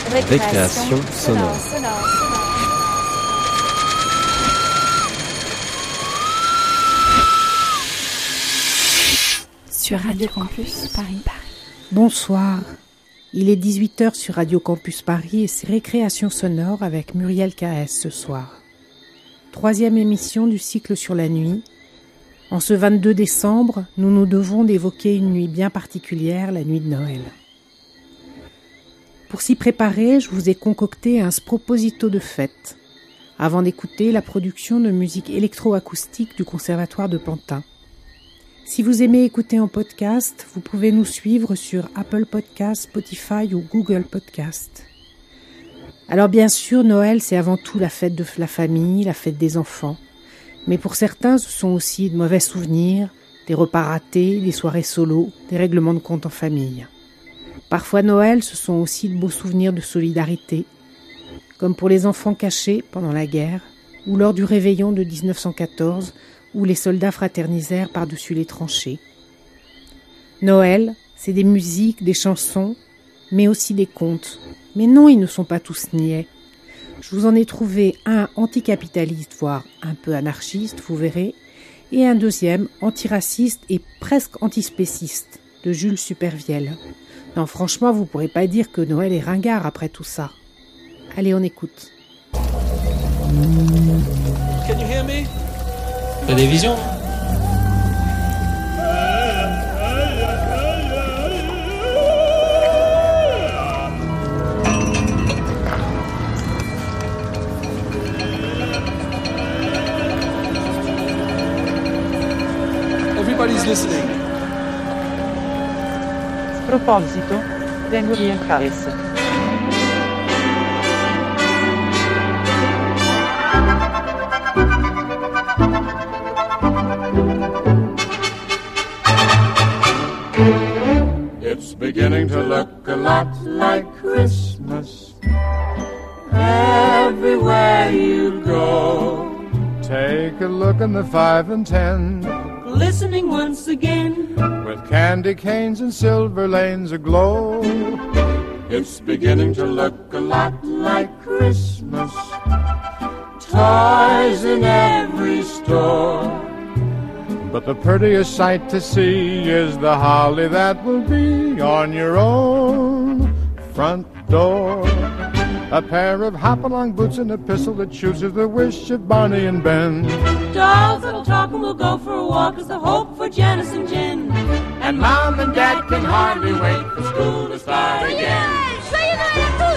Récréation sonore. Sur Radio Campus Paris. Bonsoir, il est 18h sur Radio Campus Paris et c'est Récréation sonore avec Muriel KS ce soir. 3e émission du cycle sur la nuit. En ce 22 décembre, nous nous devons d'évoquer une nuit bien particulière, la nuit de Noël. Pour s'y préparer, je vous ai concocté un sproposito de fête, avant d'écouter la production de musique électroacoustique du Conservatoire de Pantin. Si vous aimez écouter en podcast, vous pouvez nous suivre sur Apple Podcasts, Spotify ou Google Podcasts. Alors bien sûr, Noël, c'est avant tout la fête de la famille, la fête des enfants. Mais pour certains, ce sont aussi de mauvais souvenirs, des repas ratés, des soirées solo, des règlements de compte en famille. Parfois, Noël, ce sont aussi de beaux souvenirs de solidarité, comme pour les enfants cachés pendant la guerre, ou lors du réveillon de 1914, où les soldats fraternisèrent par-dessus les tranchées. Noël, c'est des musiques, des chansons, mais aussi des contes. Mais non, ils ne sont pas tous niais. Je vous en ai trouvé un anticapitaliste, voire un peu anarchiste, vous verrez, et un deuxième antiraciste et presque antispéciste, de Jules Supervielle. Non, franchement, vous pourrez pas dire que Noël est ringard après tout ça. Allez, on écoute. Can you hear me? Télévision. Everybody's listening. Sproposito da Muriel KS. It's beginning to look a lot like Christmas everywhere you go. Take a look in the 5 and 10, glistening once again, with candy canes and silver lanes aglow. It's beginning to look a lot like Christmas, toys in every store. But the prettiest sight to see is the holly that will be on your own front door. A pair of hop-along boots and a pistol that shoots is the wish of Barney and Ben. dolls that'll talk and we'll go for a walk is the hope for Janice and Jen. And Mom and Dad can hardly wait for school to start again. Joyeux Noël à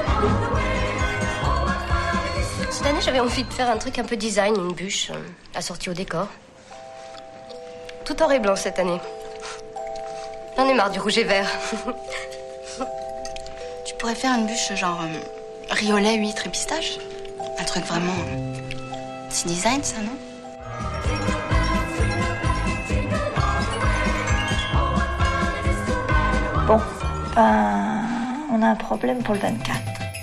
tous! Cette année, j'avais envie de faire un truc un peu design, une bûche assortie au décor. Tout or et blanc cette année. J'en ai marre du rouge et vert. Tu pourrais faire une bûche genre riolet, huître et pistache. Un truc vraiment... C'est design, ça, non? Bon, on a un problème pour le 24.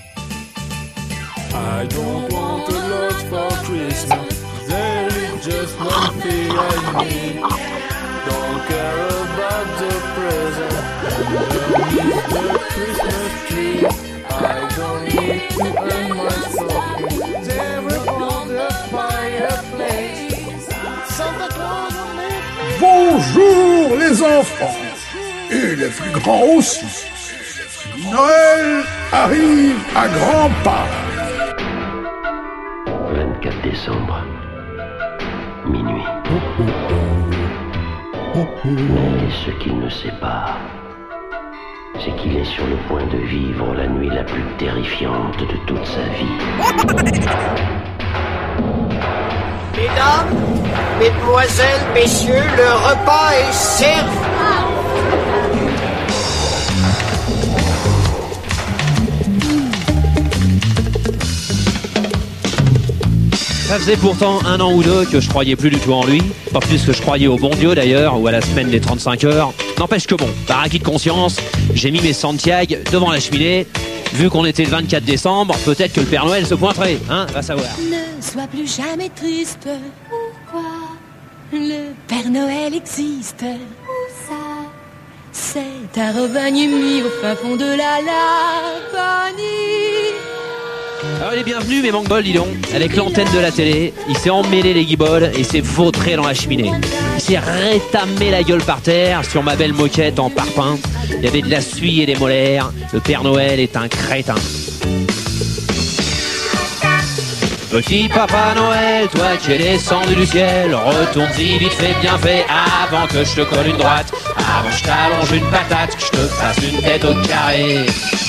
I don't want a lot for Christmas. There is just one thing I need. Don't care about the present. There is the Christmas tree. I don't need to earn my stocking. There on the fireplace. Santa Claus will make me. Bonjour les enfants et les plus grands aussi. Noël arrive à grands pas. 24 décembre, minuit. Mais ce qu'il ne sait pas, c'est qu'il est sur le point de vivre la nuit la plus terrifiante de toute sa vie. Mesdames, mesdemoiselles, messieurs, le repas est servi. Ça faisait pourtant 1 an ou 2 que je croyais plus du tout en lui, pas plus que je croyais au bon Dieu d'ailleurs, ou à la semaine des 35 heures. N'empêche que bon, par acquis de conscience, j'ai mis mes Santiago devant la cheminée. Vu qu'on était le 24 décembre, peut-être que le Père Noël se pointerait, hein, va savoir. Ne sois plus jamais triste. Pourquoi? Le Père Noël existe. Où ça? C'est ta Robagne mis au fin fond de la Laponie. Alors il est bienvenu, mais manque bol, dis donc. Avec l'antenne de la télé, il s'est emmêlé les guibolles et s'est vautré dans la cheminée. Il s'est rétamé la gueule par terre sur ma belle moquette en parpaing. Il y avait de la suie et des molaires. Le Père Noël est un crétin. Petit Papa Noël, toi qui es descendu du ciel, retourne-y vite fait, bien fait, avant que je te colle une droite, avant que je t'allonge une patate, que je te fasse une tête au carré.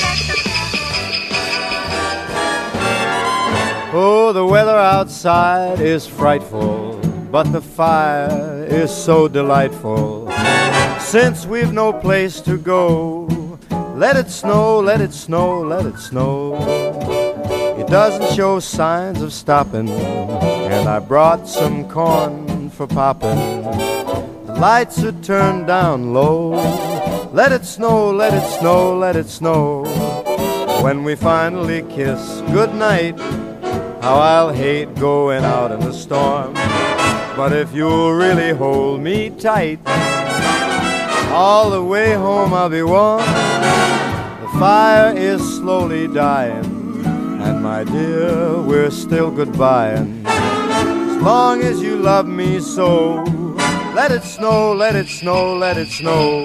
Oh, the weather outside is frightful, but the fire is so delightful. Since we've no place to go, let it snow, let it snow, let it snow. It doesn't show signs of stopping, and I brought some corn for popping. The lights are turned down low. Let it snow, let it snow, let it snow. When we finally kiss goodnight, how I'll hate going out in the storm. But if you'll really hold me tight, all the way home I'll be warm. The fire is slowly dying, and my dear, we're still goodbying. As long as you love me so, let it snow, let it snow, let it snow.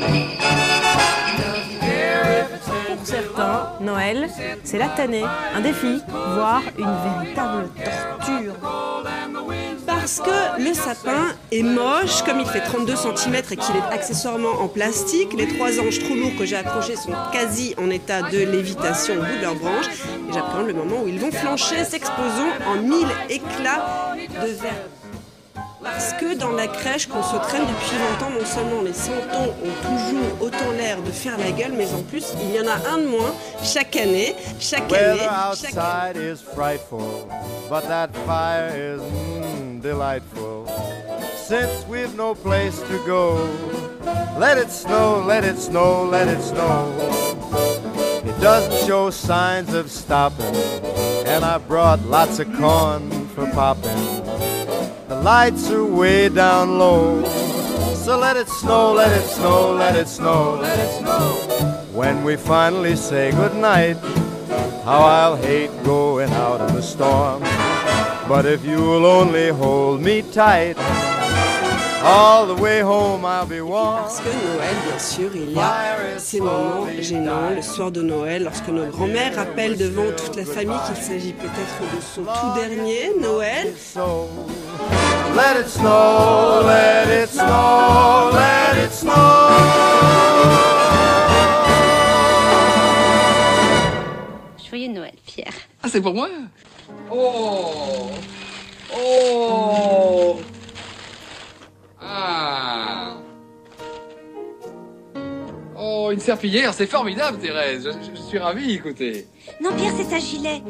Pour certains, Noël, c'est la tannée, un défi, voire une véritable torture. Parce que le sapin est moche, comme il fait 32 cm et qu'il est accessoirement en plastique, les 3 anges trop lourds que j'ai accrochés sont quasi en état de lévitation au bout de leurs branches, et j'appréhende le moment où ils vont flancher, s'exposant en 1000 éclats de verre. Parce que dans la crèche qu'on se traîne depuis longtemps, non seulement les santons ont toujours autant l'air de faire la gueule, mais en plus il y en a un de moins chaque année, chaque année. Outside is frightful, but that fire is delightful. Since we've no place to go, let it snow, let it snow, let it snow. It doesn't show signs of stopping, and I brought lots of corn for popping. The lights are way down low, so let it snow, let it snow, let it snow, let it snow. When we finally say goodnight, how I'll hate going out in the storm. But if you'll only hold me tight, all the way home I'll be warm. Parce que Noël, bien sûr, il y a ces moments gênants, le soir de Noël, lorsque nos grands-mères rappellent devant toute la famille qu'il s'agit peut-être de son tout dernier Noël. Let it snow, let it snow, let it snow. Joyeux Noël, Pierre. Ah, c'est pour moi? Oh! Oh! Ah! Oh, une serpillière, c'est formidable, Thérèse. Je suis ravi, écoutez. Non, Pierre, c'est un gilet.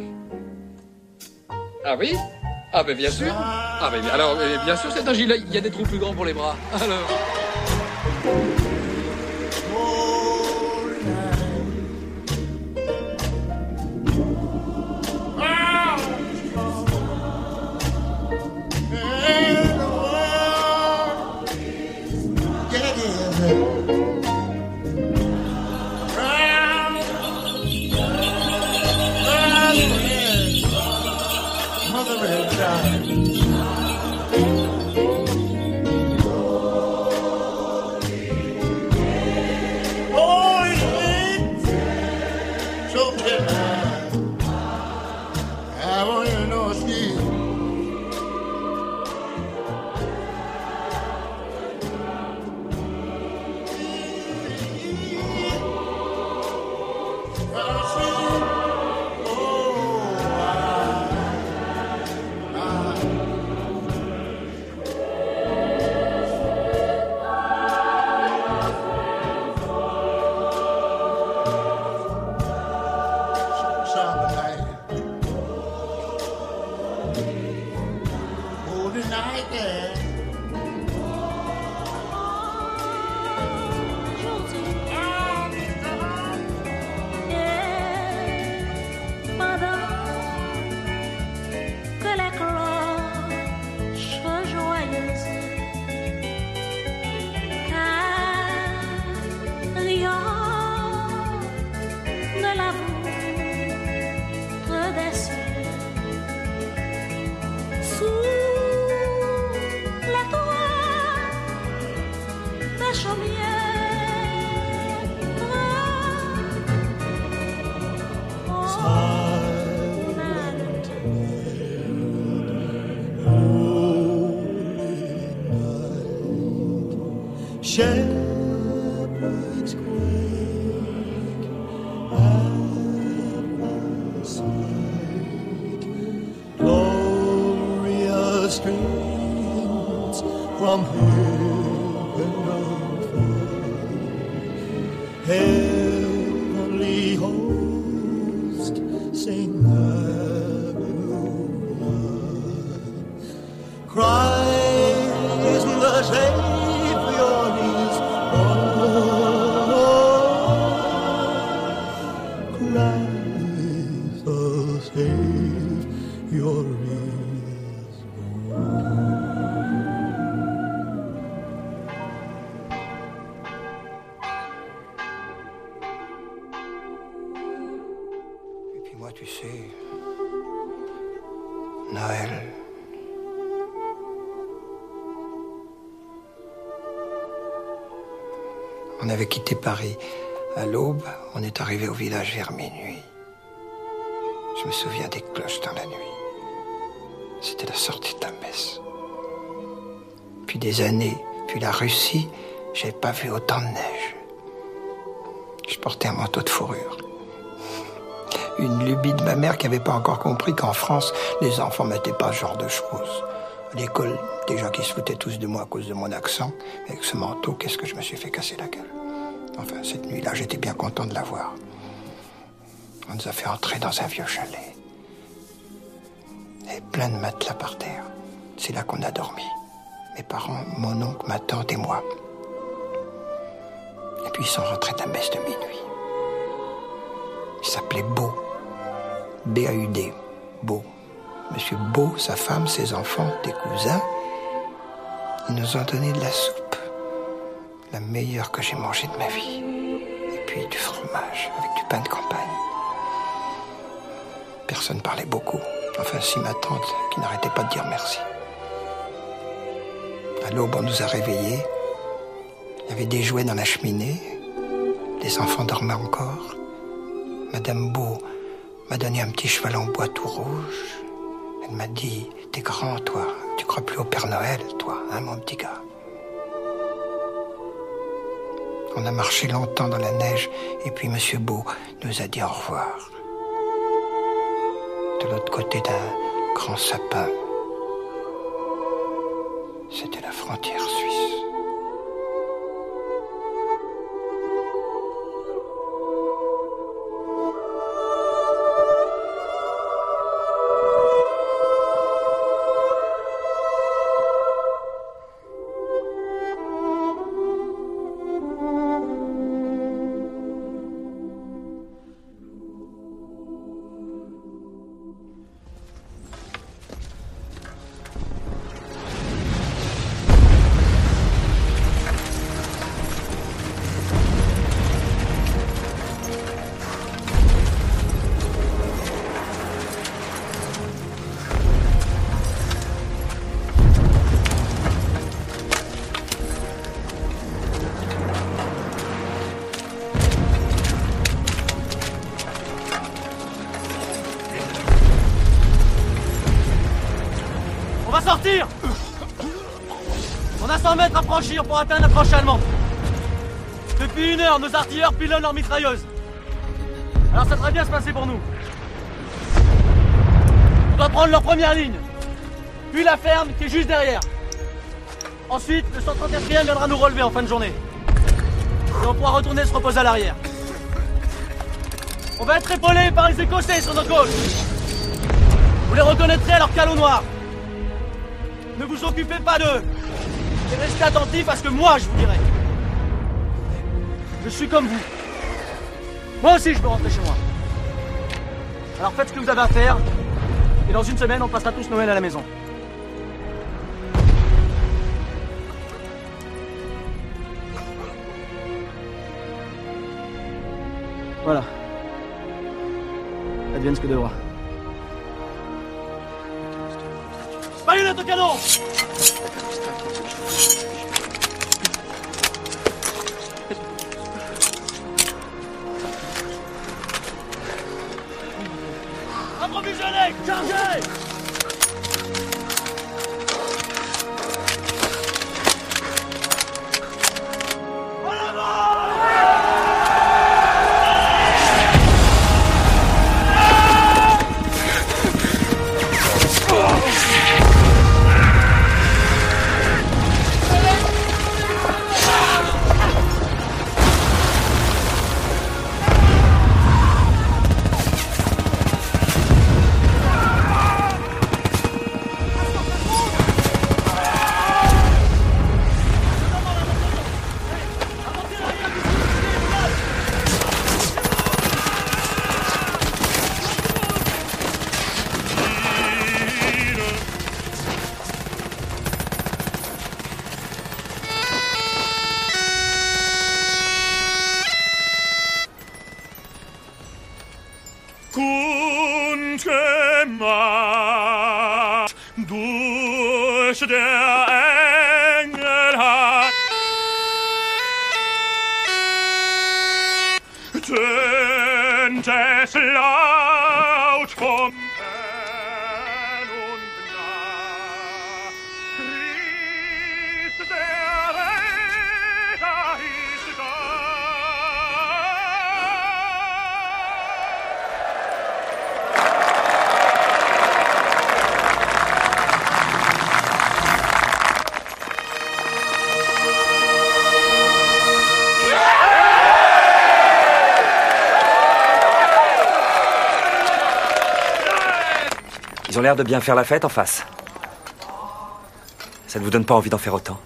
Ah oui? Ah ben bien sûr. Ah ben alors bien sûr c'est un gilet. Il y a des trous plus grands pour les bras. Alors. Shepherds quake at the sight, glorious streams from heaven above, heavenly host sing hallelujah. Christ the Savior is born. Christ the Savior is Et puis moi, tu sais, Noël, on avait quitté Paris à l'aube, on est arrivé au village vers minuit. Je me souviens des cloches dans la nuit. C'était la sortie de la messe. Puis des années, puis la Russie, j'avais pas vu autant de neige. Je portais un manteau de fourrure. Une lubie de ma mère qui avait pas encore compris qu'en France, les enfants mettaient pas ce genre de choses. À l'école, déjà qu'ils se foutaient tous de moi à cause de mon accent. Avec ce manteau, qu'est-ce que je me suis fait casser la gueule. Enfin, cette nuit-là, j'étais bien content de l'avoir. On nous a fait entrer dans un vieux chalet. Et plein de matelas par terre. C'est là qu'on a dormi. Mes parents, mon oncle, ma tante et moi. Et puis ils sont rentrés de la messe de minuit. Il s'appelait Beau. B-A-U-D. Beau. Monsieur Beau, sa femme, ses enfants, des cousins, ils nous ont donné de la soupe. La meilleure que j'ai mangée de ma vie. Et puis du fromage avec du pain de campagne. Personne parlait beaucoup. Enfin, si ma tante, qui n'arrêtait pas de dire merci. À l'aube, on nous a réveillés. Il y avait des jouets dans la cheminée. Les enfants dormaient encore. Madame Beau m'a donné un petit cheval en bois tout rouge. Elle m'a dit, t'es grand, toi. Tu crois plus au Père Noël, toi, hein, mon petit gars. On a marché longtemps dans la neige, et puis Monsieur Beau nous a dit au revoir. De l'autre côté d'un grand sapin, c'était la frontière suisse. Sortir! On a 100 mètres à franchir pour atteindre la tranchée allemande. Depuis 1 heure, nos artilleurs pilonnent leurs mitrailleuses. Alors ça devrait bien se passer pour nous. On doit prendre leur première ligne, puis la ferme qui est juste derrière. Ensuite, le 134e viendra nous relever en fin de journée. Et on pourra retourner se reposer à l'arrière. On va être épaulés par les Écossais sur notre gauche. Vous les reconnaîtrez à leur calot noir. Ne vous occupez pas d'eux. Et restez attentifs à ce que moi je vous dirai. Je suis comme vous. Moi aussi je peux rentrer chez moi. Alors faites ce que vous avez à faire. Et dans 1 semaine, on passera tous Noël à la maison. Voilà. Advienne ce que devra. Baïonnette au canon! Chargez! Chargez! durch der Engel hat tönt es laut vom fern und nah. Christ der Retter ist da. Ils ont l'air de bien faire la fête en face. Ça ne vous donne pas envie d'en faire autant?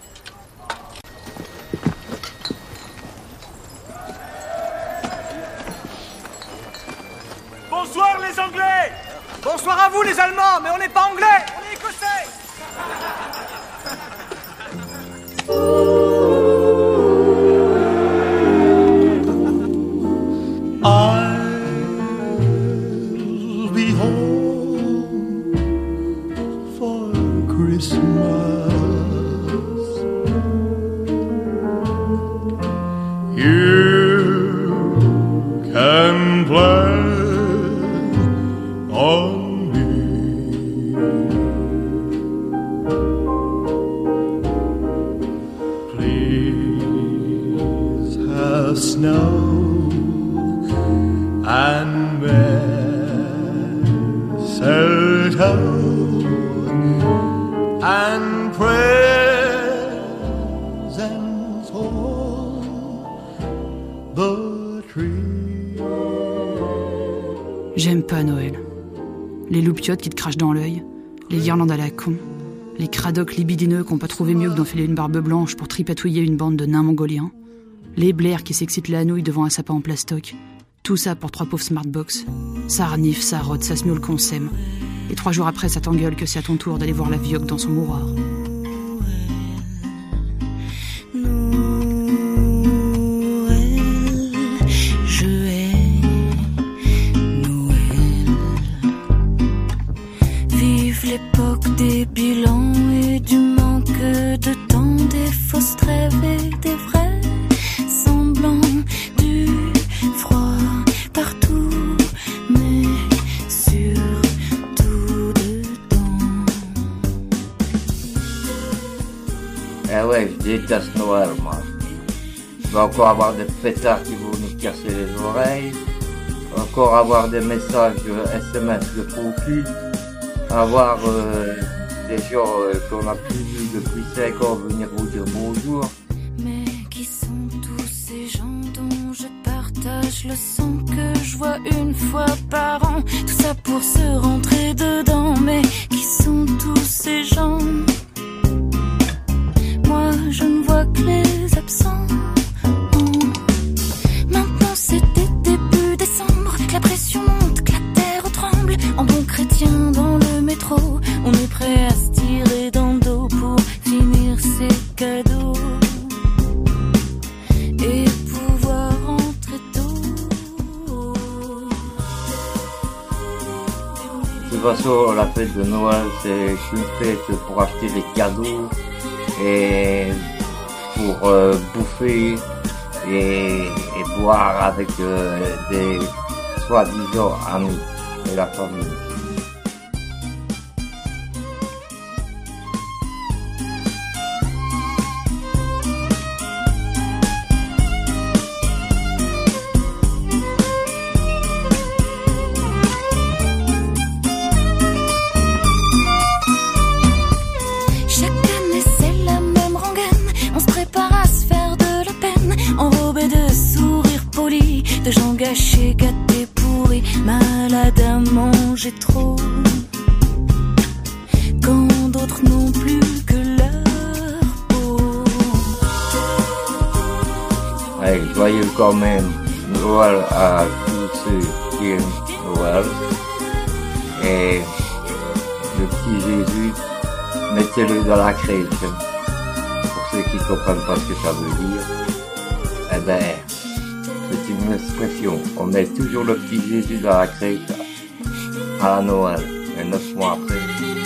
Bonsoir les Anglais! Bonsoir à vous les Allemands, mais on n'est pas Anglais, on est Écossais! I'll be home for Christmas. You can play on me. Please have snow and mistletoe and presents on the tree. J'aime pas Noël. Les loupiottes qui te crachent dans l'œil, les guirlandes à la con, les cradocs libidineux qui n'ont pas trouvé mieux que d'enfiler une barbe blanche pour tripatouiller une bande de nains mongoliens, les blairs qui s'excitent la nouille devant un sapin en plastoc. Tout ça pour 3 pauvres smartbox. Ça renifle, ça rôde, ça se miaule qu'on s'aime. Et 3 jours après, ça t'engueule que c'est à ton tour d'aller voir la vioque dans son mouroir. Je hais Noël. Vive l'époque des bilans et du manque de temps, des fausses trêves et des vrais semblants, du froid partout, mais surtout dedans. Eh ouais, je déteste Noël, moi. Je vais encore avoir des pétards qui vont nous casser les oreilles, encore avoir des messages SMS de faux cul, avoir des gens qu'on a plus vus depuis 5 ans venir vous dire bonjour. Mais qui sont tous ces gens dont je partage le sang que je vois une fois par an? Tout ça pour se rentrer dedans. Mais qui sont tous ces gens? Moi je ne vois que les absents. Maintenant c'était début décembre, que la pression monte, que la terre tremble. En bon chrétien dans le métro, on est prêt à se tirer dans le dos pour finir ses cadeaux et pouvoir rentrer tôt. De toute façon, la fête de Noël, c'est une fête pour acheter des cadeaux et pour bouffer et boire avec des soi-disant amis et la famille. nuit de gens gâchés, gâtés, pourris, malades à manger trop. Quand d'autres n'ont plus que leur peau. Hey, joyeux quand même Noël à tous ceux qui aiment Noël. Et le petit Jésus, mettez-le dans la crèche. Pour ceux qui ne comprennent pas ce que ça veut dire, eh ben, c'est une expression. On met toujours le petit Jésus dans la crèche à la Noël, et 9 mois après.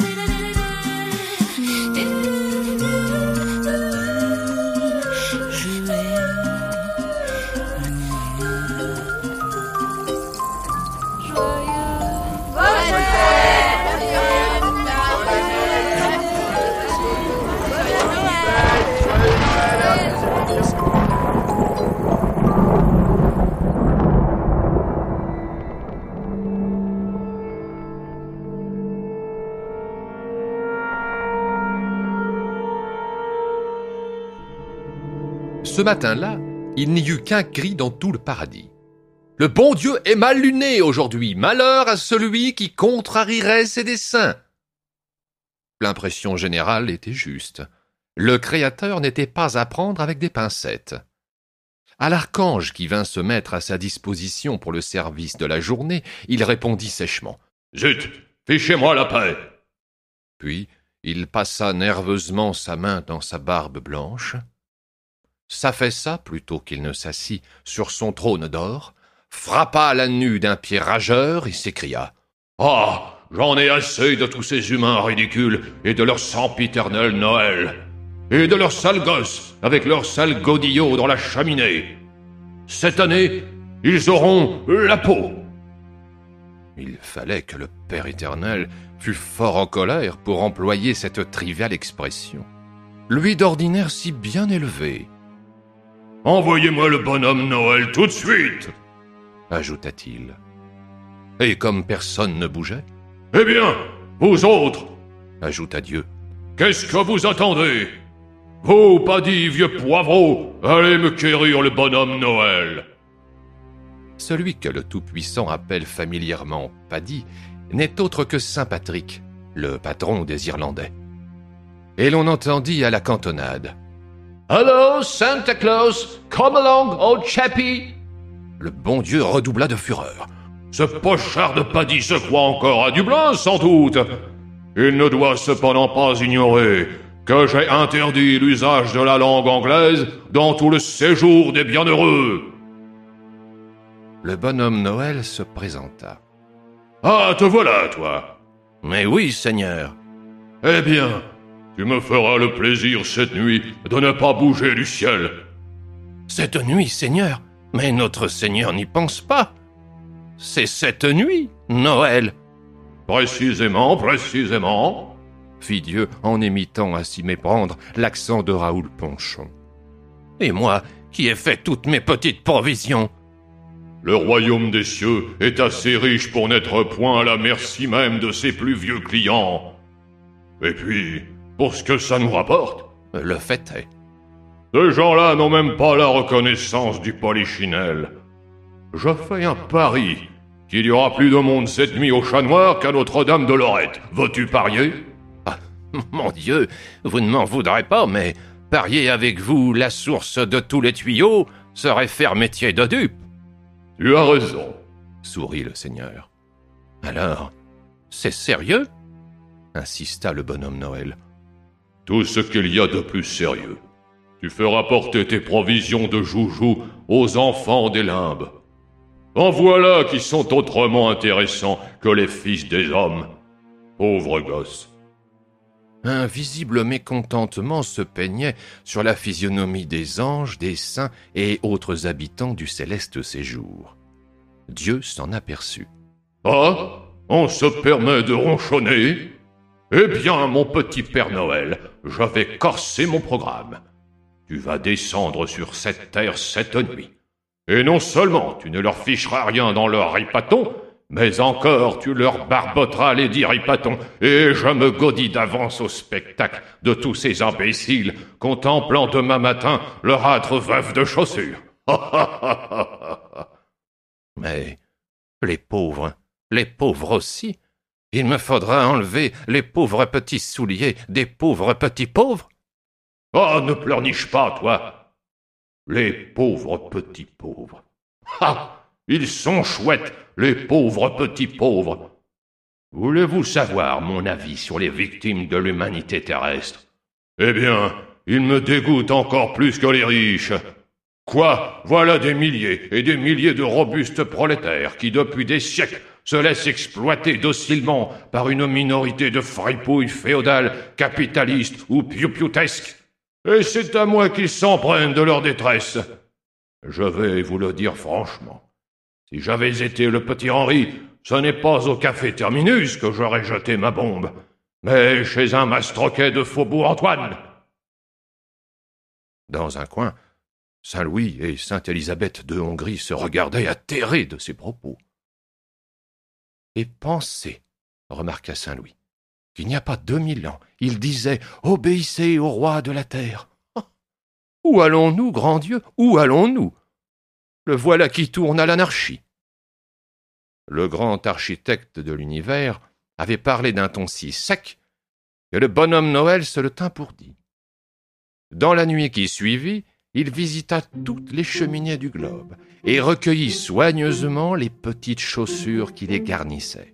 Ce matin-là, il n'y eut qu'un cri dans tout le paradis. Le bon Dieu est mal luné aujourd'hui, malheur à celui qui contrarierait ses desseins. L'impression générale était juste. Le Créateur n'était pas à prendre avec des pincettes. À l'archange qui vint se mettre à sa disposition pour le service de la journée, il répondit sèchement « Zut, fichez-moi la paix !» Puis il passa nerveusement sa main dans sa barbe blanche, s'affaissa plutôt qu'il ne s'assit sur son trône d'or, frappa la nue d'un pied rageur et s'écria « Ah, j'en ai assez de tous ces humains ridicules et de leur sempiternel Noël, et de leurs sales gosses avec leurs sales godillots dans la cheminée. Cette année, ils auront la peau. » Il fallait que le Père éternel fût fort en colère pour employer cette triviale expression. Lui d'ordinaire si bien élevé. « Envoyez-moi le bonhomme Noël tout de suite !» ajouta-t-il. Et comme personne ne bougeait, « Eh bien, vous autres, ajouta Dieu, qu'est-ce que vous attendez? Vous, Paddy, vieux poivreau, allez me quérir le bonhomme Noël !» Celui que le Tout-Puissant appelle familièrement Paddy n'est autre que Saint Patrick, le patron des Irlandais. Et l'on entendit à la cantonade « Hello, Santa Claus, come along, old chappie !» Le bon Dieu redoubla de fureur. « Ce pochard de Paddy se croit encore à Dublin, sans doute. Il ne doit cependant pas ignorer que j'ai interdit l'usage de la langue anglaise dans tout le séjour des bienheureux. » Le bonhomme Noël se présenta. « Ah, te voilà, toi !»« Mais oui, Seigneur. »« Eh bien, tu me feras le plaisir cette nuit de ne pas bouger du ciel. »« Cette nuit, Seigneur? Mais notre Seigneur n'y pense pas. C'est cette nuit, Noël. »« Précisément, précisément, » fit Dieu en imitant à s'y méprendre l'accent de Raoul Ponchon. « Et moi, qui ai fait toutes mes petites provisions. » Le royaume des cieux est assez riche pour n'être point à la merci même de ses plus vieux clients. Et puis, pour ce que ça nous rapporte, le fait est, ces gens-là n'ont même pas la reconnaissance du polichinelle. Je fais un pari qu'il y aura plus de monde cette nuit au Chat Noir qu'à Notre-Dame de Lorette. Veux-tu parier? Ah, mon Dieu, vous ne m'en voudrez pas, mais parier avec vous la source de tous les tuyaux serait faire métier de dupe. Tu as raison, sourit le Seigneur. Alors, c'est sérieux? Insista le bonhomme Noël. Tout ce qu'il y a de plus sérieux. Tu feras porter tes provisions de joujoux aux enfants des limbes. En voilà qui sont autrement intéressants que les fils des hommes. Pauvres gosses. Un visible mécontentement se peignait sur la physionomie des anges, des saints et autres habitants du céleste séjour. Dieu s'en aperçut. « Ah, on se permet de ronchonner? Eh bien, mon petit Père Noël, je vais corser mon programme. Tu vas descendre sur cette terre cette nuit. Et non seulement tu ne leur ficheras rien dans leur ripaton, mais encore tu leur barboteras les 10 ripatons, et je me gaudis d'avance au spectacle de tous ces imbéciles contemplant demain matin leur âtre veuve de chaussures. Mais les pauvres aussi. Il me faudra enlever les pauvres petits souliers des pauvres petits pauvres. Oh, ne pleurniche pas, toi. Les pauvres petits pauvres. Ah, ils sont chouettes, les pauvres petits pauvres. Voulez-vous savoir mon avis sur les victimes de l'humanité terrestre? Eh bien, ils me dégoûtent encore plus que les riches. Quoi, voilà des milliers et des milliers de robustes prolétaires qui, depuis des siècles, se laissent exploiter docilement par une minorité de fripouilles féodales, capitalistes ou piou-piou-tesques. Et c'est à moi qu'ils s'en prennent de leur détresse. Je vais vous le dire franchement. Si j'avais été le petit Henri, ce n'est pas au café Terminus que j'aurais jeté ma bombe, mais chez un mastroquet de Faubourg Antoine. Dans un coin, Saint-Louis et Sainte-Élisabeth de Hongrie se regardaient atterrés de ces propos. Et pensez, remarqua Saint-Louis, qu'il n'y a pas 2000 ans, il disait « Obéissez au roi de la terre ». Où allons-nous, grand Dieu, où allons-nous? Le voilà qui tourne à l'anarchie. Le grand architecte de l'univers avait parlé d'un ton si sec que le bonhomme Noël se le tint pour dit. Dans la nuit qui suivit, il visita toutes les cheminées du globe et recueillit soigneusement les petites chaussures qui les garnissaient.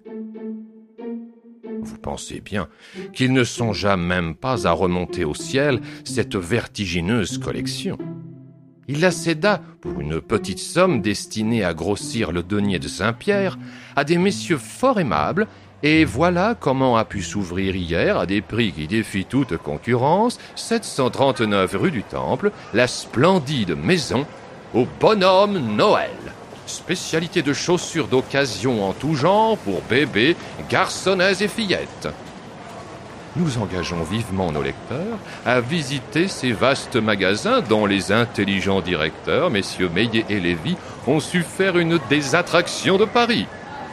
Vous pensez bien qu'il ne songea même pas à remonter au ciel cette vertigineuse collection. Il la céda pour une petite somme destinée à grossir le denier de Saint-Pierre à des messieurs fort aimables, et voilà comment a pu s'ouvrir hier, à des prix qui défient toute concurrence, 739 rue du Temple, la splendide maison au bonhomme Noël. Spécialité de chaussures d'occasion en tout genre pour bébés, garçonnets et fillettes. Nous engageons vivement nos lecteurs à visiter ces vastes magasins dont les intelligents directeurs, messieurs Meillet et Lévy, ont su faire une des attractions de Paris.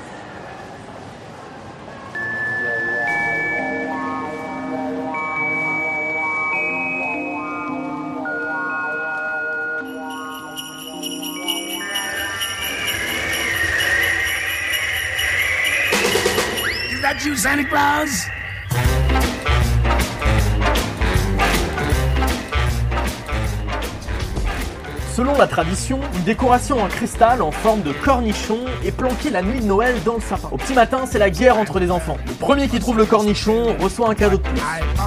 Is that you, Santa Claus? Selon la tradition, une décoration en cristal en forme de cornichon est planquée la nuit de Noël dans le sapin. Au petit matin, c'est la guerre entre les enfants. Le premier qui trouve le cornichon reçoit un cadeau de plus.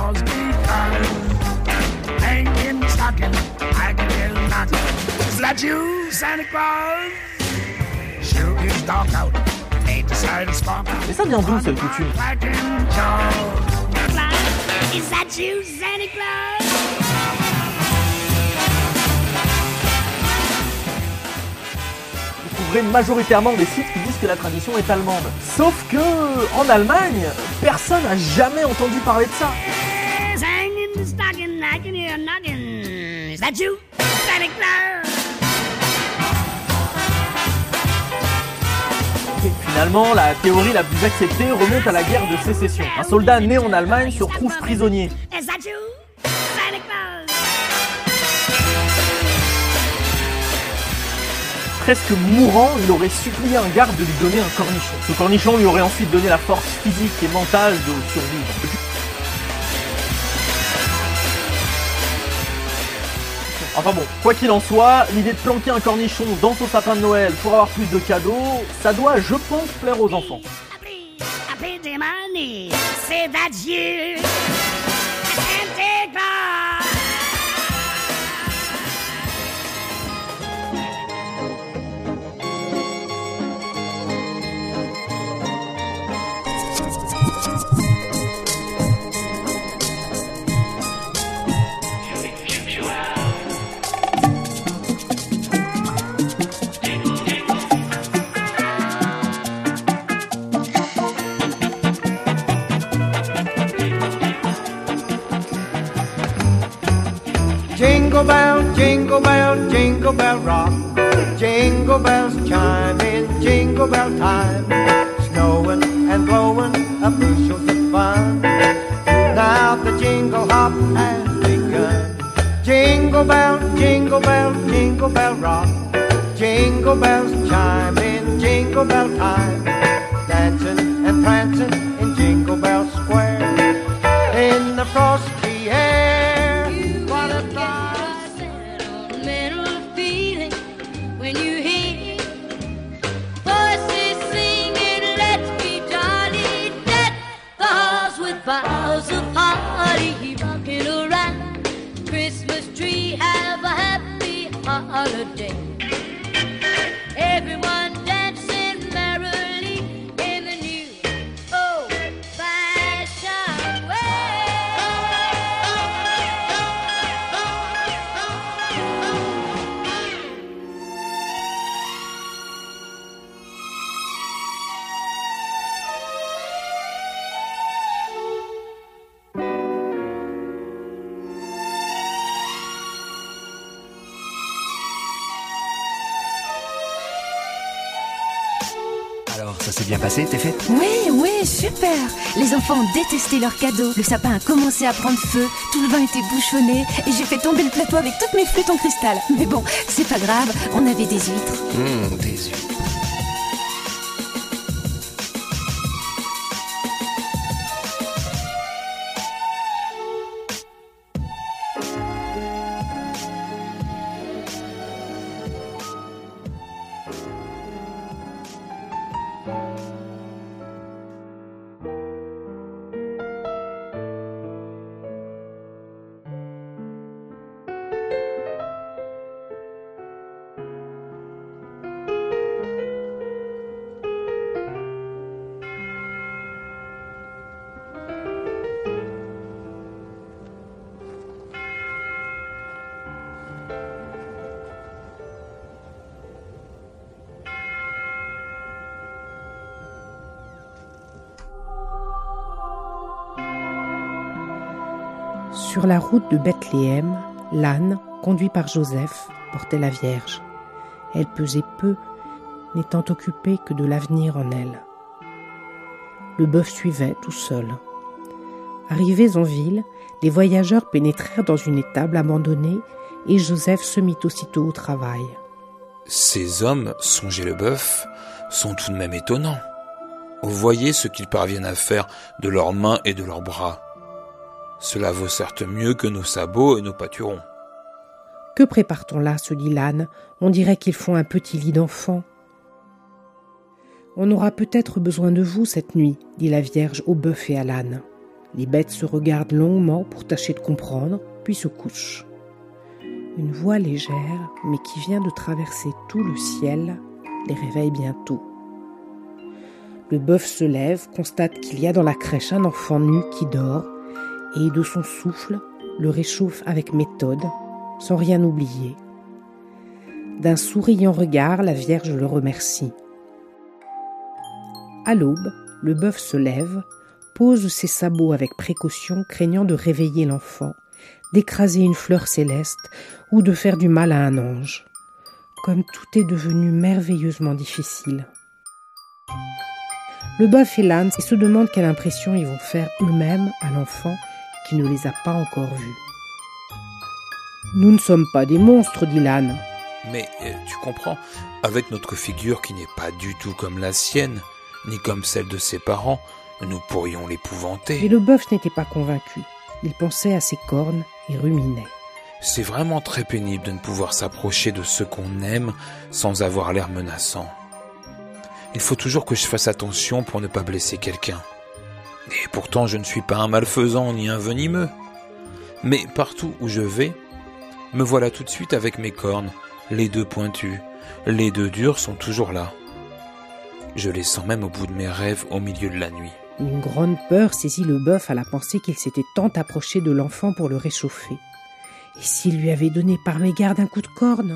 Mais ça vient d'où cette coutume? Vous trouverez majoritairement des sites qui disent que la tradition est allemande. Sauf que, en Allemagne, personne n'a jamais entendu parler de ça. Et finalement, la théorie la plus acceptée remonte à la guerre de sécession. Un soldat né en Allemagne se retrouve prisonnier. Presque mourant, il aurait supplié un garde de lui donner un cornichon. Ce cornichon lui aurait ensuite donné la force physique et mentale de survivre. Enfin bon, quoi qu'il en soit, l'idée de planquer un cornichon dans son sapin de Noël pour avoir plus de cadeaux, ça doit, je pense, plaire aux enfants. Jingle bell, jingle bell rock. Jingle bells chime in jingle bell time. Snowing and blowing up bushels of fun. Now the jingle hop has begun. Jingle bell, jingle bell, jingle bell rock. Jingle bells chime in Jingle Bell time, dancing and prancing in Jingle Bell Square. In the frosty air, what a sentimental feeling when you hear voices singing, let's be jolly, deck the halls with boughs of holly, rocking around Christmas tree, have a happy holiday. Everyone dancing merrily in the new old-fashioned Alors, ça s'est bien passé, t'es faite? Oui, super. Les enfants ont détesté leurs cadeaux. Le sapin a commencé à prendre feu, tout le vin était bouchonné et j'ai fait tomber le plateau avec toutes mes flûtes en cristal. Mais bon, c'est pas grave, on avait des huîtres. Des huîtres. Sur la route de Bethléem, l'âne, conduit par Joseph, portait la Vierge. Elle pesait peu, n'étant occupée que de l'avenir en elle. Le bœuf suivait tout seul. Arrivés en ville, les voyageurs pénétrèrent dans une étable abandonnée et Joseph se mit aussitôt au travail. Ces hommes, songez le bœuf, sont tout de même étonnants. Vous voyez ce qu'ils parviennent à faire de leurs mains et de leurs bras. Cela vaut certes mieux que nos sabots et nos pâturons. Que prépare-t-on là, se dit l'âne? On dirait qu'ils font un petit lit d'enfant. On aura peut-être besoin de vous cette nuit, dit la Vierge au bœuf et à l'âne. Les bêtes se regardent longuement pour tâcher de comprendre, puis se couchent. Une voix légère, mais qui vient de traverser tout le ciel, les réveille bientôt. Le bœuf se lève, constate qu'il y a dans la crèche un enfant nu qui dort, et de son souffle le réchauffe avec méthode, sans rien oublier. D'un souriant regard, la Vierge le remercie. À l'aube, le bœuf se lève, pose ses sabots avec précaution, craignant de réveiller l'enfant, d'écraser une fleur céleste ou de faire du mal à un ange. Comme tout est devenu merveilleusement difficile. Le bœuf et l'âne se demandent quelle impression ils vont faire eux-mêmes à l'enfant qui ne les a pas encore vus. « Nous ne sommes pas des monstres, dit l'âne. » Mais tu comprends, avec notre figure qui n'est pas du tout comme la sienne, ni comme celle de ses parents, nous pourrions l'épouvanter. Mais le bœuf n'était pas convaincu. Il pensait à ses cornes et ruminait. C'est vraiment très pénible de ne pouvoir s'approcher de ceux qu'on aime sans avoir l'air menaçant. Il faut toujours que je fasse attention pour ne pas blesser quelqu'un. Et pourtant, je ne suis pas un malfaisant ni un venimeux. Mais partout où je vais, me voilà tout de suite avec mes cornes, les deux pointues, les deux dures sont toujours là. Je les sens même au bout de mes rêves au milieu de la nuit. Une grande peur saisit le bœuf à la pensée qu'il s'était tant approché de l'enfant pour le réchauffer. Et s'il lui avait donné par mégarde un coup de corne?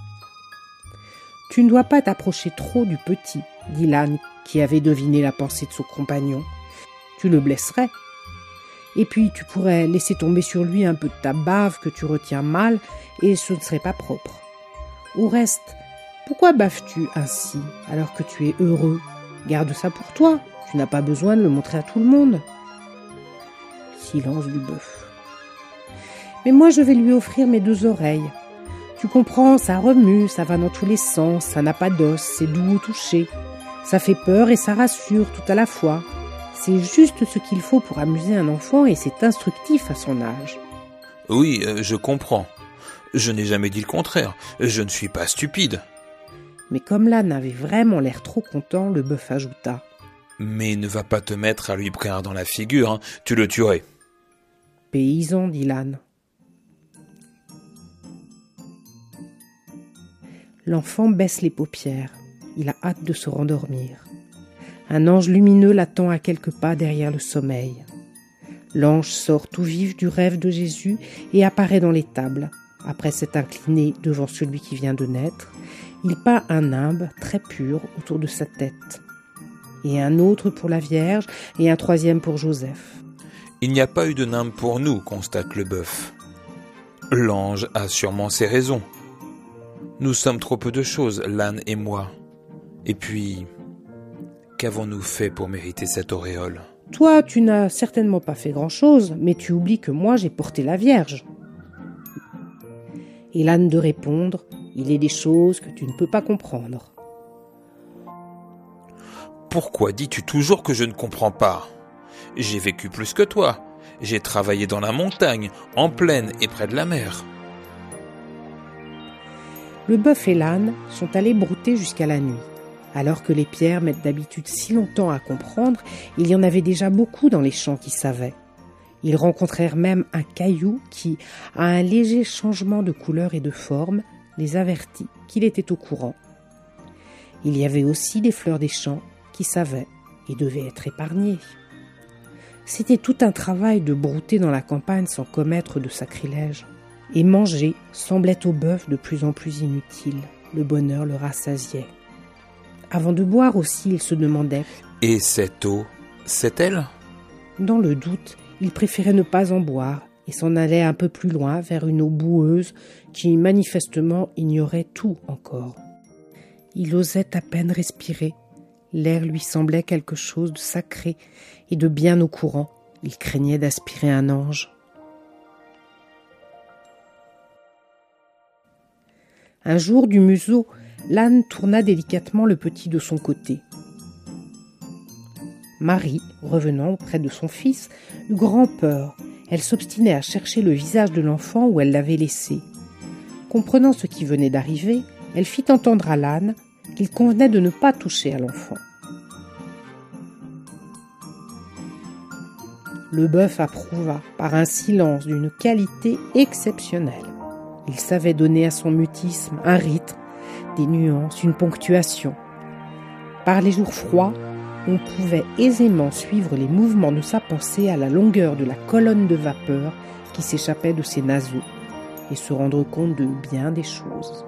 « Tu ne dois pas t'approcher trop du petit, » dit l'âne qui avait deviné la pensée de son compagnon. « Tu le blesserais. Et puis tu pourrais laisser tomber sur lui un peu de ta bave que tu retiens mal et ce ne serait pas propre. Au reste, pourquoi baves-tu ainsi alors que tu es heureux? Garde ça pour toi, tu n'as pas besoin de le montrer à tout le monde. » Silence du bœuf. « Mais moi je vais lui offrir mes deux oreilles. Tu comprends, ça remue, ça va dans tous les sens, ça n'a pas d'os, c'est doux au toucher. Ça fait peur et ça rassure tout à la fois. C'est juste ce qu'il faut pour amuser un enfant et c'est instructif à son âge. Oui, je comprends. Je n'ai jamais dit le contraire. Je ne suis pas stupide. Mais comme l'âne avait vraiment l'air trop content, le bœuf ajouta. Mais ne va pas te mettre à lui prendre dans la figure, hein. Tu le tuerais. Paysan, dit l'âne. L'enfant baisse les paupières. Il a hâte de se rendormir. Un ange lumineux l'attend à quelques pas derrière le sommeil. L'ange sort tout vif du rêve de Jésus et apparaît dans l'étable. Après s'être incliné devant celui qui vient de naître, il peint un nimbe très pur autour de sa tête. Et un autre pour la Vierge et un troisième pour Joseph. Il n'y a pas eu de nimbe pour nous, constate le bœuf. L'ange a sûrement ses raisons. Nous sommes trop peu de choses, l'âne et moi. Et puis, qu'avons-nous fait pour mériter cette auréole ? Toi, tu n'as certainement pas fait grand-chose, mais tu oublies que moi, j'ai porté la Vierge. Et l'âne de répondre, il est des choses que tu ne peux pas comprendre. Pourquoi dis-tu toujours que je ne comprends pas ? J'ai vécu plus que toi. J'ai travaillé dans la montagne, en plaine et près de la mer. Le bœuf et l'âne sont allés brouter jusqu'à la nuit. Alors que les pierres mettent d'habitude si longtemps à comprendre, il y en avait déjà beaucoup dans les champs qui savaient. Ils rencontrèrent même un caillou qui, à un léger changement de couleur et de forme, les avertit qu'il était au courant. Il y avait aussi des fleurs des champs qui savaient et devaient être épargnées. C'était tout un travail de brouter dans la campagne sans commettre de sacrilège. Et manger semblait au bœuf de plus en plus inutile. Le bonheur le rassasiait. Avant de boire aussi, il se demandait « Et cette eau, c'est elle ?» Dans le doute, il préférait ne pas en boire et s'en allait un peu plus loin vers une eau boueuse qui manifestement ignorait tout encore. Il osait à peine respirer. L'air lui semblait quelque chose de sacré et de bien au courant. Il craignait d'aspirer un ange. Un jour, du museau, l'âne tourna délicatement le petit de son côté. Marie, revenant auprès de son fils, eut grand peur. Elle s'obstinait à chercher le visage de l'enfant où elle l'avait laissé. Comprenant ce qui venait d'arriver, elle fit entendre à l'âne qu'il convenait de ne pas toucher à l'enfant. Le bœuf approuva par un silence d'une qualité exceptionnelle. Il savait donner à son mutisme un rythme, des nuances, une ponctuation. Par les jours froids, on pouvait aisément suivre les mouvements de sa pensée à la longueur de la colonne de vapeur qui s'échappait de ses naseaux et se rendre compte de bien des choses.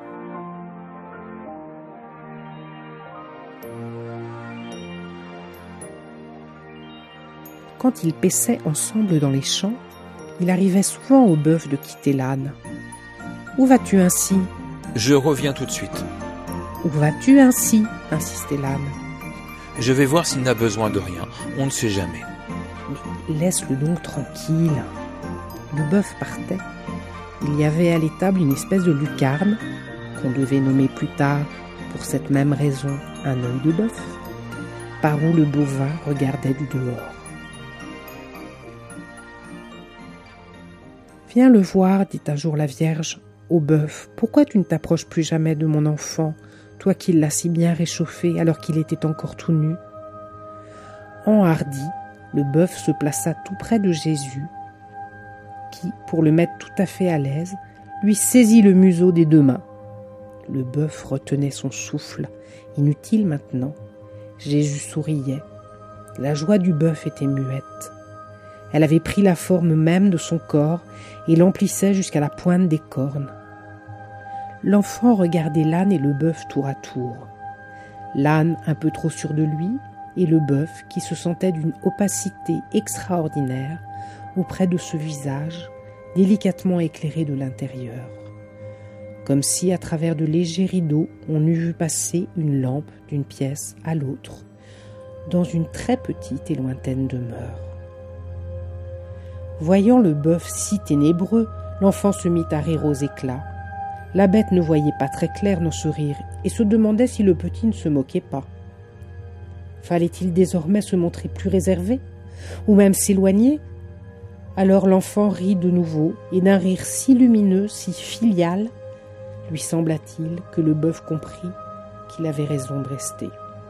Quand ils paissaient ensemble dans les champs, il arrivait souvent au bœuf de quitter l'âne. « Où vas-tu ainsi ?»« Je reviens tout de suite. »« Où vas-tu ainsi ?» insistait l'âne. « Je vais voir s'il n'a besoin de rien. On ne sait jamais. »« Mais laisse-le donc tranquille. » Le bœuf partait. Il y avait à l'étable une espèce de lucarne, qu'on devait nommer plus tard, pour cette même raison, un œil de bœuf, par où le bovin regardait du dehors. « Viens le voir, dit un jour la Vierge, au bœuf. Pourquoi tu ne t'approches plus jamais de mon enfant, toi qui l'as si bien réchauffé alors qu'il était encore tout nu ?» Enhardi, le bœuf se plaça tout près de Jésus, qui, pour le mettre tout à fait à l'aise, lui saisit le museau des deux mains. Le bœuf retenait son souffle, inutile maintenant. Jésus souriait. La joie du bœuf était muette. Elle avait pris la forme même de son corps et l'emplissait jusqu'à la pointe des cornes. L'enfant regardait l'âne et le bœuf tour à tour. L'âne un peu trop sûr de lui et le bœuf qui se sentait d'une opacité extraordinaire auprès de ce visage délicatement éclairé de l'intérieur. Comme si à travers de légers rideaux on eût vu passer une lampe d'une pièce à l'autre dans une très petite et lointaine demeure. Voyant le bœuf si ténébreux, l'enfant se mit à rire aux éclats. La bête ne voyait pas très clair dans ce rire et se demandait si le petit ne se moquait pas. Fallait-il désormais se montrer plus réservé, ou même s'éloigner? Alors l'enfant rit de nouveau, et d'un rire si lumineux, si filial, lui sembla-t-il que le bœuf comprit qu'il avait raison de rester.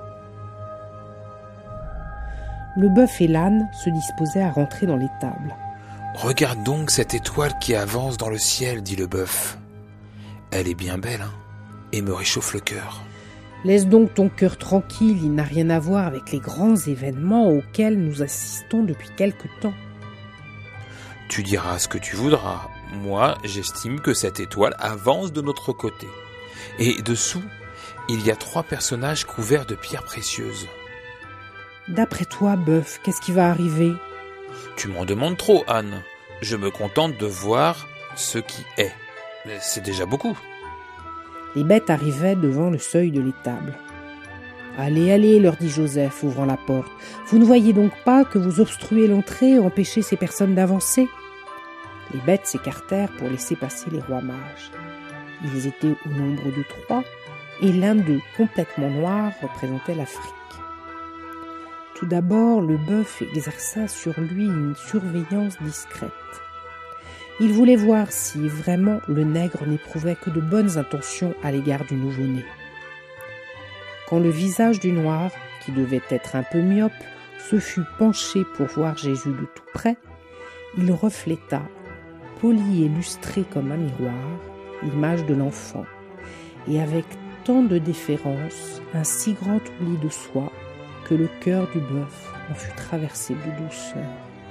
Le bœuf et l'âne se disposaient à rentrer dans l'étable. « Regarde donc cette étoile qui avance dans le ciel, dit le bœuf. Elle est bien belle, hein, et me réchauffe le cœur. » Laisse donc ton cœur tranquille, il n'a rien à voir avec les grands événements auxquels nous assistons depuis quelque temps. Tu diras ce que tu voudras. Moi, j'estime que cette étoile avance de notre côté. Et dessous, il y a 3 personnages couverts de pierres précieuses. D'après toi, bœuf, qu'est-ce qui va arriver? Tu m'en demandes trop, Anne. Je me contente de voir ce qui est. Mais c'est déjà beaucoup. Les bêtes arrivaient devant le seuil de l'étable. « Allez, allez, leur dit Joseph, ouvrant la porte. Vous ne voyez donc pas que vous obstruez l'entrée et empêchez ces personnes d'avancer ?» Les bêtes s'écartèrent pour laisser passer les rois mages. Ils étaient au nombre de 3, et l'un d'eux, complètement noir, représentait l'Afrique. Tout d'abord, le bœuf exerça sur lui une surveillance discrète. Il voulait voir si vraiment le nègre n'éprouvait que de bonnes intentions à l'égard du nouveau-né. Quand le visage du noir, qui devait être un peu myope, se fut penché pour voir Jésus de tout près, il refléta, poli et lustré comme un miroir, l'image de l'enfant, et avec tant de déférence, un si grand oubli de soi, que le cœur du bœuf en fut traversé de douceur.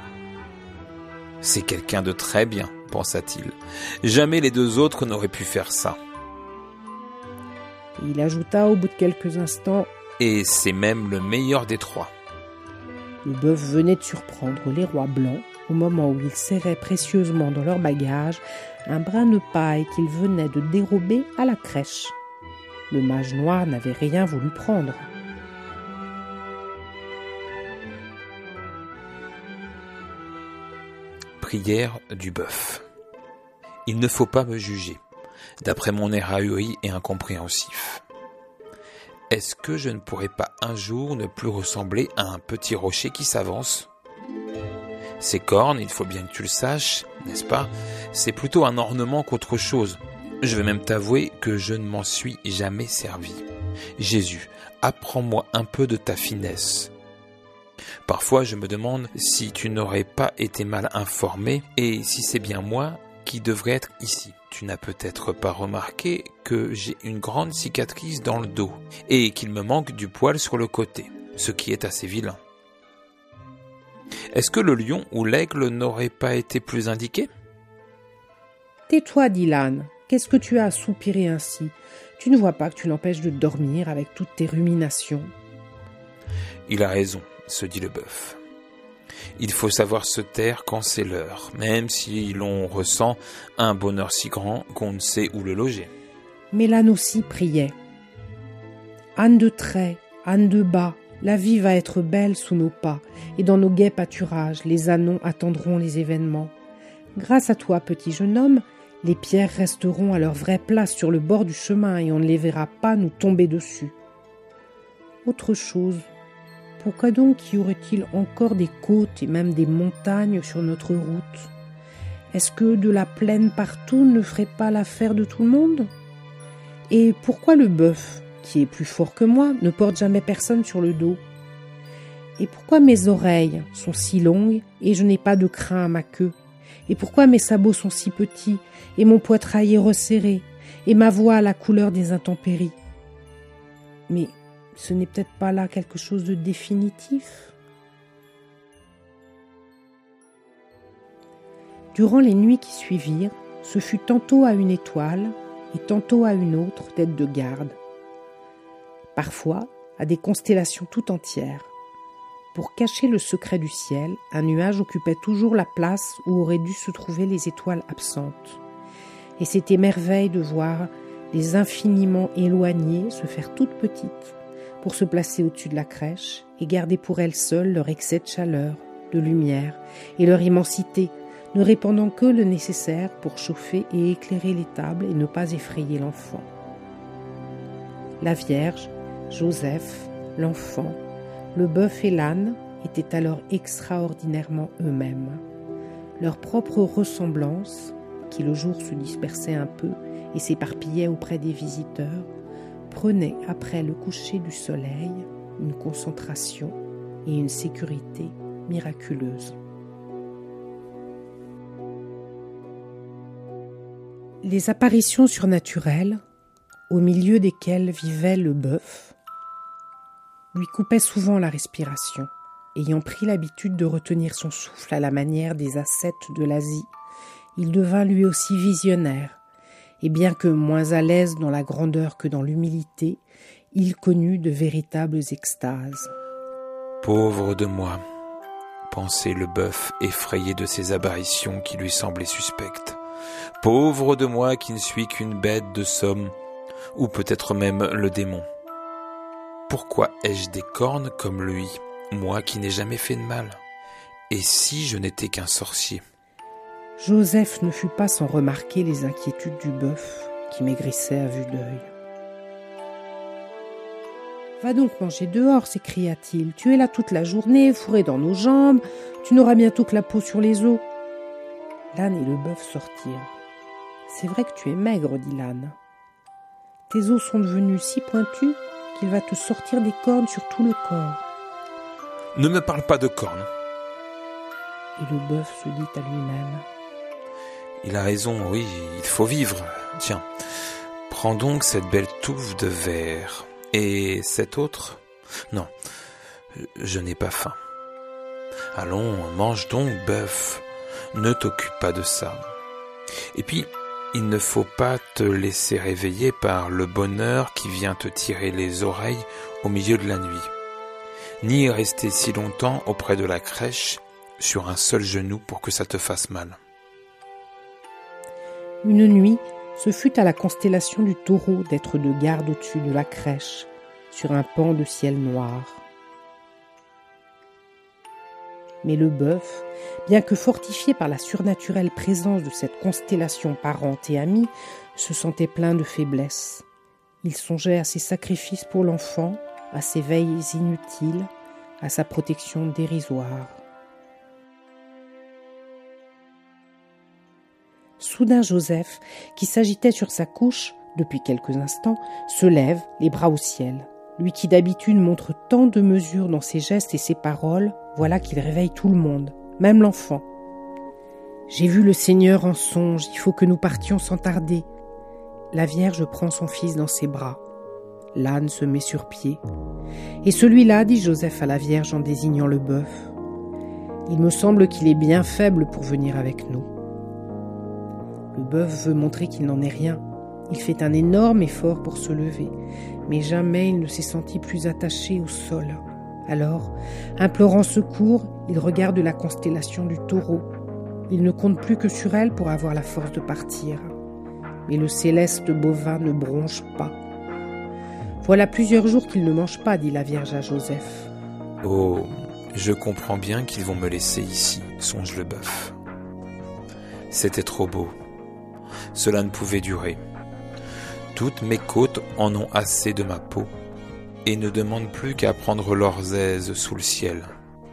C'est quelqu'un de très bien, pensa-t-il. Jamais les 2 autres n'auraient pu faire ça. Il ajouta au bout de quelques instants « Et c'est même le meilleur des 3. » Le bœuf venait de surprendre les rois blancs au moment où ils serraient précieusement dans leur bagage un brin de paille qu'ils venaient de dérober à la crèche. Le mage noir n'avait rien voulu prendre. Prière du bœuf. Il ne faut pas me juger, d'après mon air ahuri et incompréhensif. Est-ce que je ne pourrais pas un jour ne plus ressembler à un petit rocher qui s'avance? Ces cornes, il faut bien que tu le saches, n'est-ce pas? C'est plutôt un ornement qu'autre chose. Je vais même t'avouer que je ne m'en suis jamais servi. Jésus, apprends-moi un peu de ta finesse. Parfois, je me demande si tu n'aurais pas été mal informé et si c'est bien moi qui devrais être ici. Tu n'as peut-être pas remarqué que j'ai une grande cicatrice dans le dos et qu'il me manque du poil sur le côté, ce qui est assez vilain. Est-ce que le lion ou l'aigle n'aurait pas été plus indiqué? Tais-toi, dit l'âne. Qu'est-ce que tu as à soupirer ainsi? Tu ne vois pas que tu l'empêches de dormir avec toutes tes ruminations? Il a raison, se dit le bœuf. Il faut savoir se taire quand c'est l'heure, même si l'on ressent un bonheur si grand qu'on ne sait où le loger. Mais l'âne aussi priait. Âne de trait, âne de bas, la vie va être belle sous nos pas, et dans nos gais pâturages, les ânons attendront les événements. Grâce à toi, petit jeune homme, les pierres resteront à leur vraie place sur le bord du chemin et on ne les verra pas nous tomber dessus. Autre chose, pourquoi donc y aurait-il encore des côtes et même des montagnes sur notre route? Est-ce que de la plaine partout ne ferait pas l'affaire de tout le monde? Et pourquoi le bœuf, qui est plus fort que moi, ne porte jamais personne sur le dos? Et pourquoi mes oreilles sont si longues et je n'ai pas de crin à ma queue? Et pourquoi mes sabots sont si petits et mon poitrail est resserré et ma voix a la couleur des intempéries? Mais ce n'est peut-être pas là quelque chose de définitif? Durant les nuits qui suivirent, ce fut tantôt à une étoile et tantôt à une autre d'être de garde. Parfois, à des constellations tout entières. Pour cacher le secret du ciel, un nuage occupait toujours la place où auraient dû se trouver les étoiles absentes. Et c'était merveille de voir les infiniment éloignées se faire toutes petites pour se placer au-dessus de la crèche et garder pour elles seules leur excès de chaleur, de lumière et leur immensité, ne répandant que le nécessaire pour chauffer et éclairer les tables et ne pas effrayer l'enfant. La Vierge, Joseph, l'enfant, Le bœuf et l'âne étaient alors extraordinairement eux-mêmes. Leur propre ressemblance, qui le jour se dispersait un peu et s'éparpillait auprès des visiteurs, prenait après le coucher du soleil une concentration et une sécurité miraculeuses. Les apparitions surnaturelles, au milieu desquelles vivait le bœuf, lui coupaient souvent la respiration. Ayant pris l'habitude de retenir son souffle à la manière des ascètes de l'Asie, il devint lui aussi visionnaire, et bien que moins à l'aise dans la grandeur que dans l'humilité, il connut de véritables extases. Pauvre de moi, pensait le bœuf effrayé de ces apparitions qui lui semblaient suspectes. Pauvre de moi qui ne suis qu'une bête de somme, ou peut-être même le démon. Pourquoi ai-je des cornes comme lui, moi qui n'ai jamais fait de mal? Et si je n'étais qu'un sorcier? Joseph ne fut pas sans remarquer les inquiétudes du bœuf, qui maigrissait à vue d'œil. « Va donc manger dehors, s'écria-t-il. Tu es là toute la journée, fourré dans nos jambes. Tu n'auras bientôt que la peau sur les os. » L'âne et le bœuf sortirent. « C'est vrai que tu es maigre, dit l'âne. Tes os sont devenus si pointus qu'il va te sortir des cornes sur tout le corps. » « Ne me parle pas de cornes. » Et le bœuf se dit à lui-même. « Il a raison, oui, il faut vivre. Tiens, prends donc cette belle touffe de verre. Et cette autre? Non, je n'ai pas faim. Allons, mange donc, bœuf. Ne t'occupe pas de ça. Et puis, il ne faut pas te laisser réveiller par le bonheur qui vient te tirer les oreilles au milieu de la nuit. Ni rester si longtemps auprès de la crèche sur un seul genou pour que ça te fasse mal. » Une nuit, ce fut à la constellation du Taureau d'être de garde au-dessus de la crèche, sur un pan de ciel noir. Mais le bœuf, bien que fortifié par la surnaturelle présence de cette constellation parente et amie, se sentait plein de faiblesse. Il songeait à ses sacrifices pour l'enfant, à ses veilles inutiles, à sa protection dérisoire. Soudain Joseph, qui s'agitait sur sa couche depuis quelques instants, se lève, les bras au ciel. Lui qui d'habitude montre tant de mesure dans ses gestes et ses paroles, voilà qu'il réveille tout le monde, même l'enfant. « J'ai vu le Seigneur en songe, il faut que nous partions sans tarder. » La Vierge prend son fils dans ses bras. L'âne se met sur pied. « Et celui-là, dit Joseph à la Vierge en désignant le bœuf, il me semble qu'il est bien faible pour venir avec nous. » Le bœuf veut montrer qu'il n'en est rien. Il fait un énorme effort pour se lever, mais jamais il ne s'est senti plus attaché au sol. Alors, implorant secours, il regarde la constellation du Taureau. Il ne compte plus que sur elle pour avoir la force de partir. Mais le céleste bovin ne bronche pas. Voilà plusieurs jours qu'il ne mange pas, dit la Vierge à Joseph. Oh, je comprends bien qu'ils vont me laisser ici, songe le bœuf. C'était trop beau. Cela ne pouvait durer. Toutes mes côtes en ont assez de ma peau et ne demandent plus qu'à prendre leurs aises sous le ciel.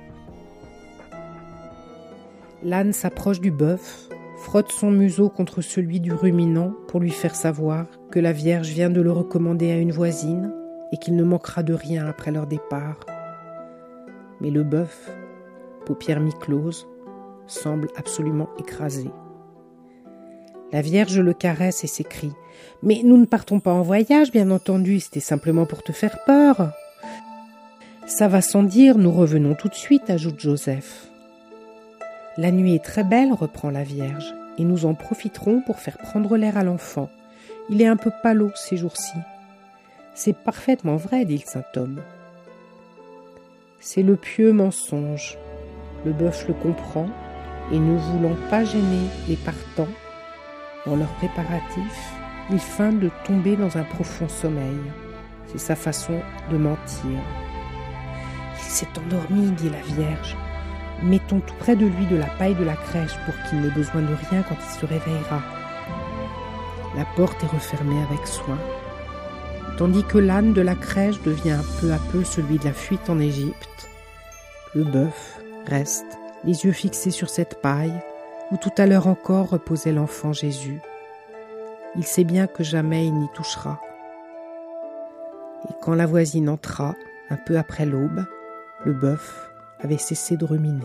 L'âne s'approche du bœuf, frotte son museau contre celui du ruminant pour lui faire savoir que la Vierge vient de le recommander à une voisine et qu'il ne manquera de rien après leur départ. Mais le bœuf, paupières mi-closes, semble absolument écrasé. La Vierge le caresse et s'écrie « Mais nous ne partons pas en voyage, bien entendu, c'était simplement pour te faire peur. »« Ça va sans dire, nous revenons tout de suite, ajoute Joseph. »« La nuit est très belle, reprend la Vierge, et nous en profiterons pour faire prendre l'air à l'enfant. Il est un peu pâlot ces jours-ci. »« C'est parfaitement vrai, dit le saint homme. »« C'est le pieux mensonge. » Le bœuf le comprend, et ne voulant pas gêner les partants, dans leurs préparatifs, il feint de tomber dans un profond sommeil. C'est sa façon de mentir. Il s'est endormi, dit la Vierge. Mettons tout près de lui de la paille de la crèche pour qu'il n'ait besoin de rien quand il se réveillera. La porte est refermée avec soin. Tandis que l'âne de la crèche devient peu à peu celui de la fuite en Égypte, le bœuf reste, les yeux fixés sur cette paille où tout à l'heure encore reposait l'enfant Jésus. Il sait bien que jamais il n'y touchera. Et quand la voisine entra, un peu après l'aube, le bœuf avait cessé de ruminer.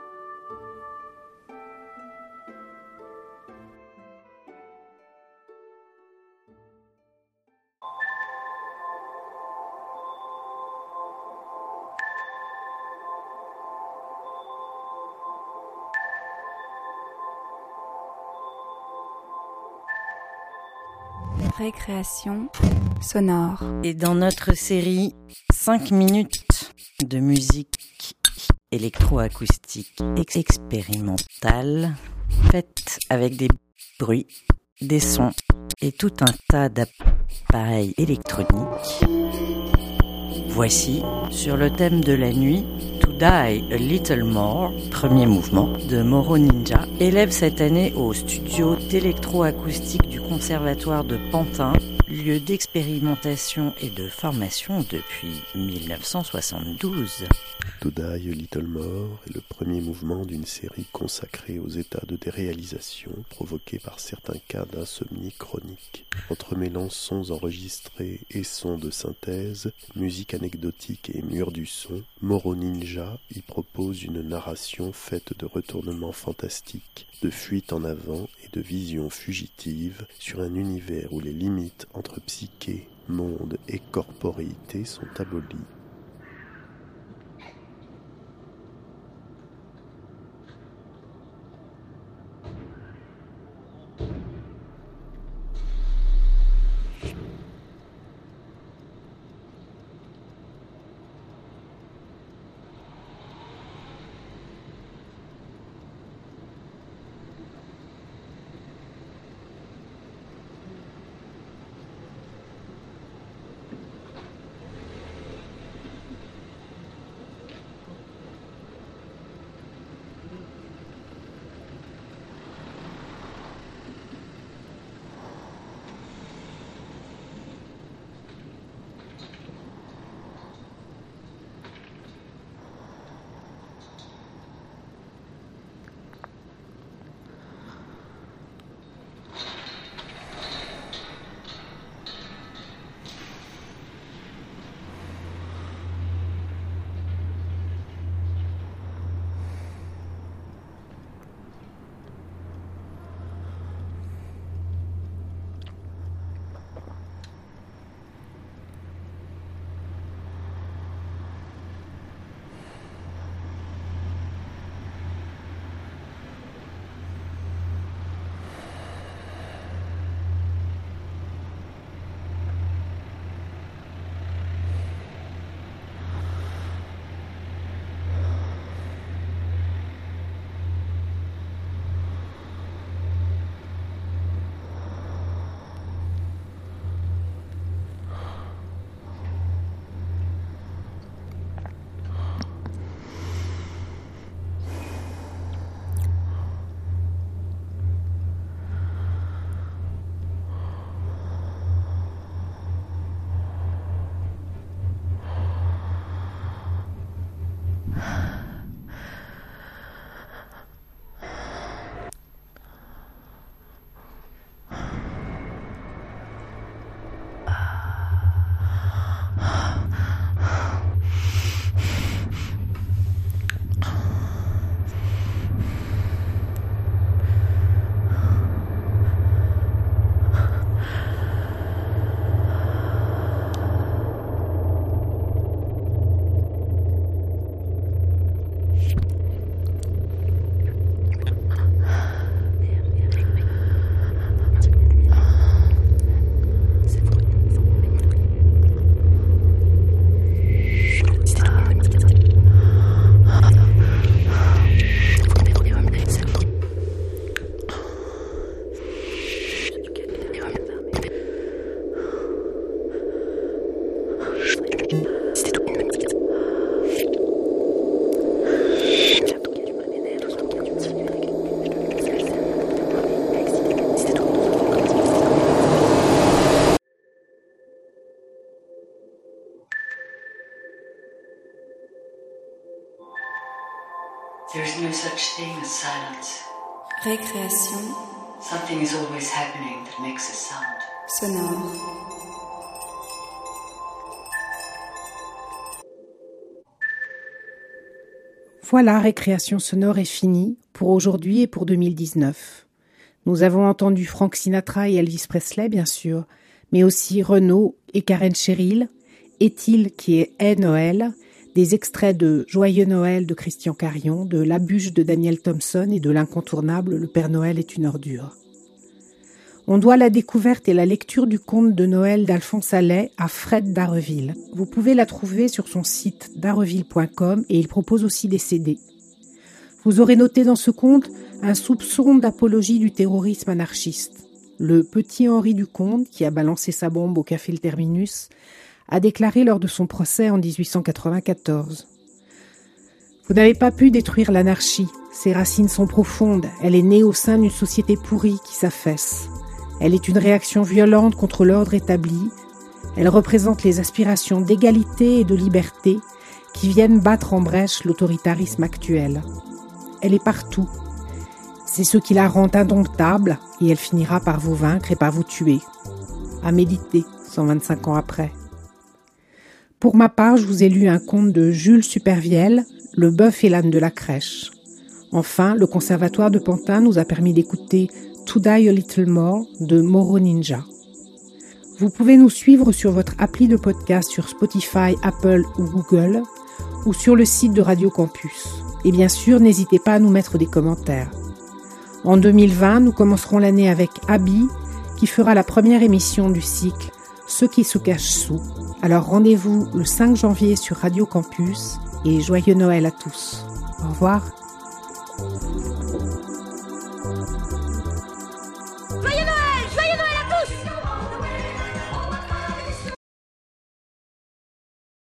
Récréation sonore. Et dans notre série 5 minutes de musique électroacoustique expérimentale, faite avec des bruits, des sons et tout un tas d'appareils électroniques, voici, sur le thème de la nuit, To Die a Little More, premier mouvement de Moro Ninja, élève cette année au studio d'électroacoustique du Conservatoire de Pantin, lieu d'expérimentation et de formation depuis 1972. To Die a Little More est le premier mouvement d'une série consacrée aux états de déréalisation provoqués par certains cas d'insomnie chronique. Entremêlant sons enregistrés et sons de synthèse, musique anecdotique et mur du son, Moro Ninja y propose une narration faite de retournements fantastiques, de fuites en avant et de visions fugitives sur un univers où les limites entre psyché, monde et corporéité sont abolies. There's no such thing as silence. Récréation. Something is always happening that makes a sound. Sonore. Voilà, Récréation sonore est finie pour aujourd'hui et pour 2019. Nous avons entendu Frank Sinatra et Elvis Presley, bien sûr, mais aussi Renaud et Karen Cheryl, Est-il qui est Noël, des extraits de Joyeux Noël de Christian Carion, de La Bûche de Daniel Thompson et de l'incontournable Le Père Noël est une ordure. On doit la découverte et la lecture du conte de Noël d'Alphonse Allais à Fred Darreville. Vous pouvez la trouver sur son site darreville.com et il propose aussi des CD. Vous aurez noté dans ce conte un soupçon d'apologie du terrorisme anarchiste. Le petit Henri Ducomte, qui a balancé sa bombe au café Le Terminus, a déclaré lors de son procès en 1894. Vous n'avez pas pu détruire l'anarchie. Ses racines sont profondes. Elle est née au sein d'une société pourrie qui s'affaisse. Elle est une réaction violente contre l'ordre établi. Elle représente les aspirations d'égalité et de liberté qui viennent battre en brèche l'autoritarisme actuel. Elle est partout. C'est ce qui la rend indomptable et elle finira par vous vaincre et par vous tuer. À méditer 125 ans après. Pour ma part, je vous ai lu un conte de Jules Supervielle, Le bœuf et l'âne de la crèche. Enfin, le Conservatoire de Pantin nous a permis d'écouter To Die a Little More de Moro Ninja. Vous pouvez nous suivre sur votre appli de podcast sur Spotify, Apple ou Google ou sur le site de Radio Campus. Et bien sûr, n'hésitez pas à nous mettre des commentaires. En 2020, nous commencerons l'année avec Abby qui fera la première émission du cycle Ce qui se cache sous. Alors rendez-vous le 5 janvier sur Radio Campus et joyeux Noël à tous. Au revoir.